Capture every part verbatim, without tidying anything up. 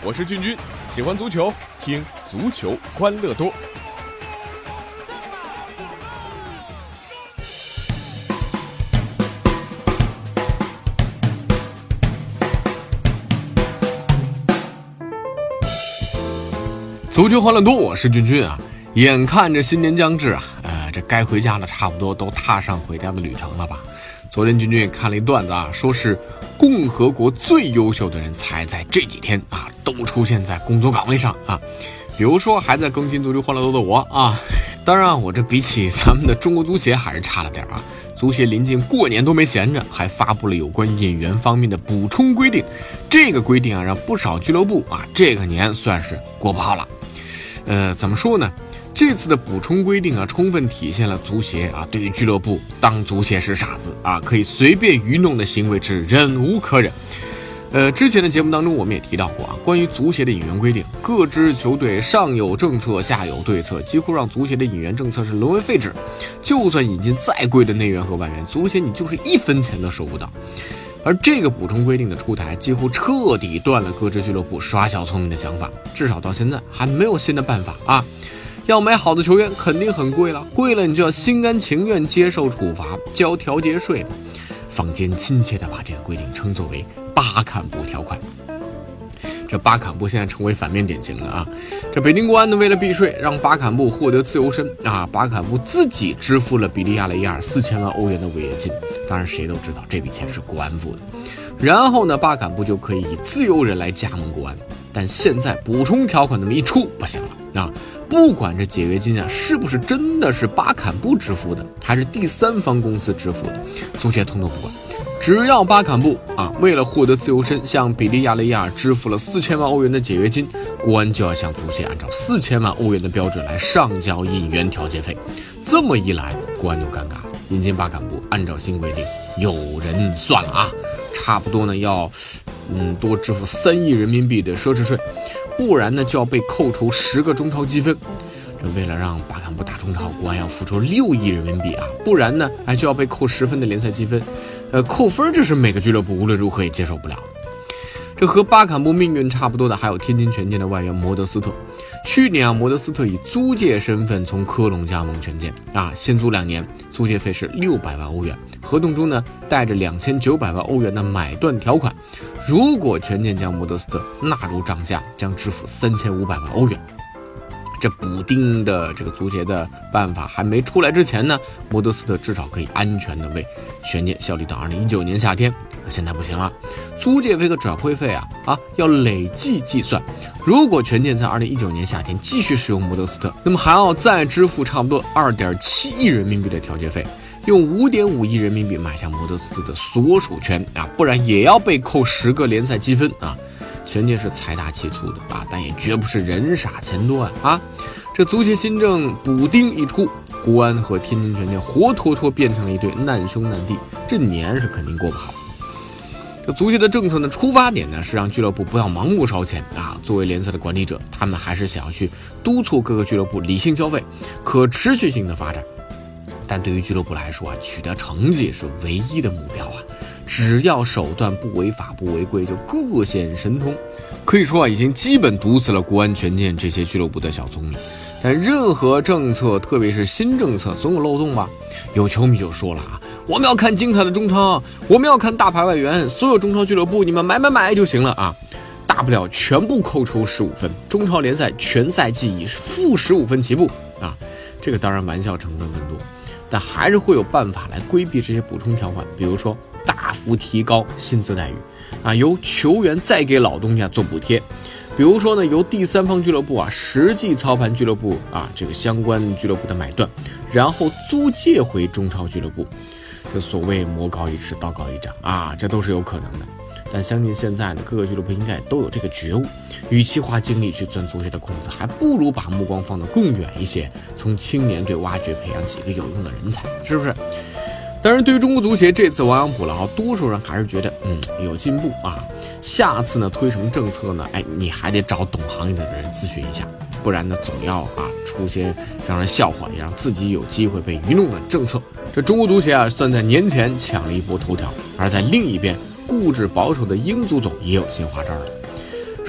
我是俊君，喜欢足球，听足球欢乐多。足球欢乐多，我是俊君啊。眼看着新年将至啊，呃，这该回家的差不多都踏上回家的旅程了吧？昨天俊君也看了一段子啊，说是共和国最优秀的人才在这几天啊都出现在工作岗位上啊。比如说还在更新足球欢乐多的我啊，当然我这比起咱们的中国足协还是差了点啊。足协临近过年都没闲着，还发布了有关引援方面的补充规定。这个规定啊，让不少俱乐部啊这个年算是过不好了。呃，怎么说呢？这次的补充规定啊，充分体现了足协啊对于俱乐部当足协是傻子啊，可以随便愚弄的行为之忍无可忍。呃，之前的节目当中我们也提到过啊，关于足协的引援规定，各支球队上有政策下有对策，几乎让足协的引援政策是沦为废纸。就算引进再贵的内援和外援，足协你就是一分钱都收不到。而这个补充规定的出台，几乎彻底断了各支俱乐部耍小聪明的想法，至少到现在还没有新的办法啊。要买好的球员肯定很贵了，贵了你就要心甘情愿接受处罚，交调节税。坊间亲切地把这个规定称作为巴坎布条款。这巴坎布现在成为反面典型了啊！这北京国安呢，为了避税，让巴坎布获得自由身啊，巴坎布自己支付了比利亚雷亚尔四千万欧元的违约金。当然，谁都知道这笔钱是国安付的。然后呢，巴坎布就可以以自由人来加盟国安。但现在补充条款那么一出，不行了啊！不管这解约金啊是不是真的是巴坎布支付的，还是第三方公司支付的，足协统统不管。只要巴坎布啊为了获得自由身，向比利亚雷亚尔支付了四千万欧元的解约金，国安就要向足协按照四千万欧元的标准来上交引援调节费。这么一来，国安就尴尬了。引进巴坎布，按照新规定，有人算了啊，差不多呢要嗯多支付三亿人民币的奢侈税，不然呢就要被扣除十个中超积分。这为了让巴坎布打中超，国安要付出六亿人民币啊，不然呢还就要被扣十分的联赛积分。呃，扣分这是每个俱乐部无论如何也接受不了的。这和巴坎布命运差不多的还有天津权健的外援摩德斯特。去年啊，摩德斯特以租借身份从科隆加盟权健啊，先租两年，租借费是六百万欧元，合同中呢带着两千九百万欧元的买断条款。如果权健将摩德斯特纳入账下，将支付三千五百万欧元。这补丁的这个足协的办法还没出来之前呢，摩德斯特至少可以安全的为权健效力到二零一九年夏天。现在不行了，租借费和转会费啊啊要累计计算。如果权健在二零一九年夏天继续使用摩德斯特，那么还要再支付差不多二点七亿人民币的调节费，用五点五亿人民币买下摩德斯特的所属权啊，不然也要被扣十个联赛积分啊。权健是财大气粗的啊，但也绝不是人傻钱多啊！啊，这足协新政补丁一出，国安和天津权健活脱脱变成了一对难兄难弟，这年是肯定过不好。这足协的政策呢，出发点呢是让俱乐部不要盲目烧钱啊。作为联赛的管理者，他们还是想要去督促各个俱乐部理性消费、可持续性的发展。但对于俱乐部来说啊，取得成绩是唯一的目标啊。只要手段不违法不违规，就各显神通。可以说啊，已经基本毒死了国安权健这些俱乐部的小聪明。但任何政策，特别是新政策，总有漏洞吧？有球迷就说了啊，我们要看精彩的中超，我们要看大牌外援，所有中超俱乐部你们买买买就行了啊！大不了全部扣除十五分，中超联赛全赛季以负十五分起步啊！这个当然玩笑成分更多，但还是会有办法来规避这些补充条款，比如说大幅提高薪资待遇啊，由球员再给老东家做补贴。比如说呢，由第三方俱乐部啊实际操盘俱乐部啊这个相关俱乐部的买断，然后租借回中超俱乐部。这所谓魔高一尺道高一丈啊，这都是有可能的。但相信现在呢，各个俱乐部应该都有这个觉悟，与其花精力去钻足协的空子，还不如把目光放得更远一些，从青年队挖掘培养几个有用的人才，是不是？当然，对于中国足协这次亡羊补牢，多数人还是觉得嗯有进步啊。下次呢推什么政策呢？哎，你还得找懂行业的人咨询一下，不然呢总要啊出些让人笑话，也让自己有机会被愚弄的政策。这中国足协啊，算在年前抢了一波头条，而在另一边，固执保守的英足总也有新花招了。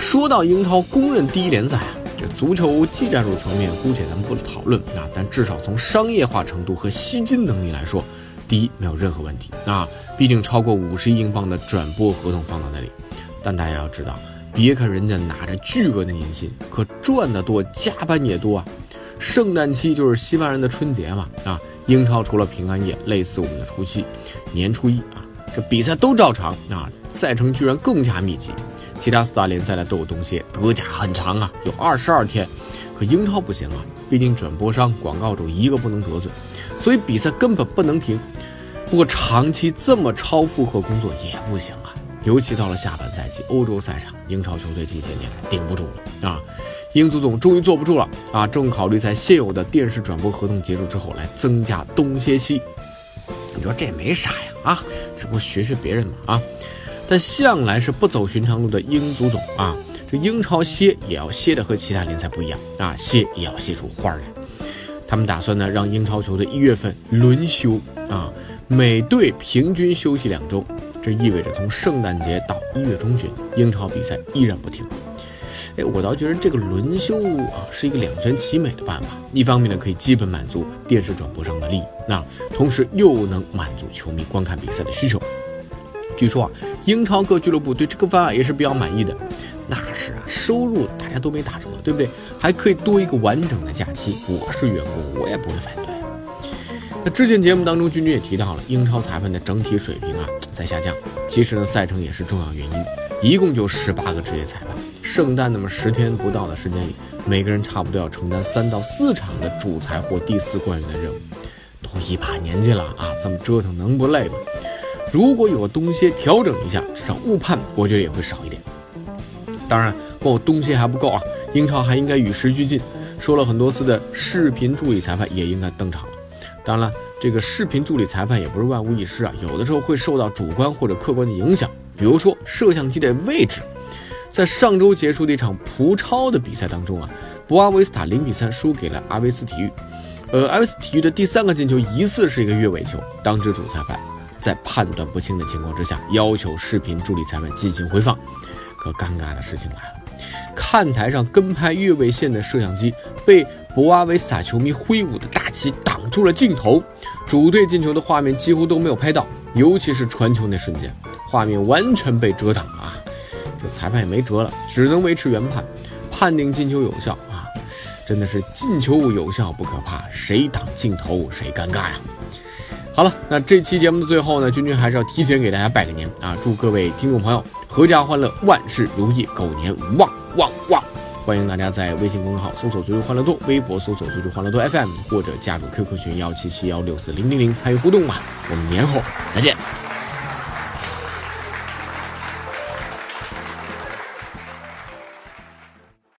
说到英超公认第一联赛啊，这足球技战术层面姑且咱们不讨论啊，但至少从商业化程度和吸金能力来说，第一没有任何问题啊，毕竟超过五十亿英镑的转播合同放到那里。但大家要知道，别看人家拿着巨额的年薪，可赚得多，加班也多啊。圣诞期就是西方人的春节嘛啊，英超除了平安夜，类似我们的除夕、年初一啊，这比赛都照常啊，赛程居然更加密集。其他四大联赛的都有冬歇，德甲很长啊，有二十二天，可英超不行啊，毕竟转播商、广告主一个不能得罪，所以比赛根本不能停。不过长期这么超负荷工作也不行啊，尤其到了下半赛季，欧洲赛场，英超球队近些年来顶不住了啊。英足总终于坐不住了啊，正考虑在现有的电视转播合同结束之后来增加冬歇期。你说这也没啥呀啊，这不学学别人嘛啊。但向来是不走寻常路的英足总啊，这英超歇也要歇的和其他联赛不一样啊，歇也要歇出花来。他们打算呢让英超球队一月份轮休啊，每队平均休息两周，这意味着从圣诞节到一月中旬，英超比赛依然不停。哎，我倒觉得这个轮休啊是一个两全其美的办法，一方面呢可以基本满足电视转播商的利益，那同时又能满足球迷观看比赛的需求。据说啊，英超各俱乐部对这个方案也是比较满意的。那是啊，收入大家都没打折，对不对？还可以多一个完整的假期。我是员工，我也不会反对。那之前节目当中，君君也提到了英超裁判的整体水平啊在下降。其实呢，赛程也是重要原因。一共就十八个职业裁判，圣诞那么十天不到的时间里，每个人差不多要承担三到四场的主裁或第四官员的任务。都一把年纪了啊，这么折腾能不累吗？如果有个冬歇调整一下，至少误判我觉得也会少一点。当然光有冬歇还不够啊，英超还应该与时俱进，说了很多次的视频助理裁判也应该登场了。当然了，这个视频助理裁判也不是万无一失啊，有的时候会受到主观或者客观的影响，比如说摄像机的位置。在上周结束的一场葡超的比赛当中啊，博阿维斯塔零比三输给了阿维斯体育。呃，阿维斯体育的第三个进球疑似是一个越位球，当值主裁判在判断不清的情况之下，要求视频助理裁判进行回放。可尴尬的事情来了，看台上跟拍越位线的摄像机被博阿维斯塔球迷挥舞的大旗挡住了镜头，主队进球的画面几乎都没有拍到，尤其是传球那瞬间，画面完全被遮挡啊！这裁判也没辙了，只能维持原判，判定进球有效啊！真的是进球有效不可怕，谁挡镜头谁尴尬呀！好了，那这期节目的最后呢，君君还是要提前给大家拜个年啊，祝各位听众朋友阖家欢乐，万事如意，狗年旺旺旺！欢迎大家在微信公众号搜索足球欢乐多，微博搜索足球欢乐多 F M， 或者加入 Q Q 群幺七七幺六四零零零参与互动吧。我们年后再见。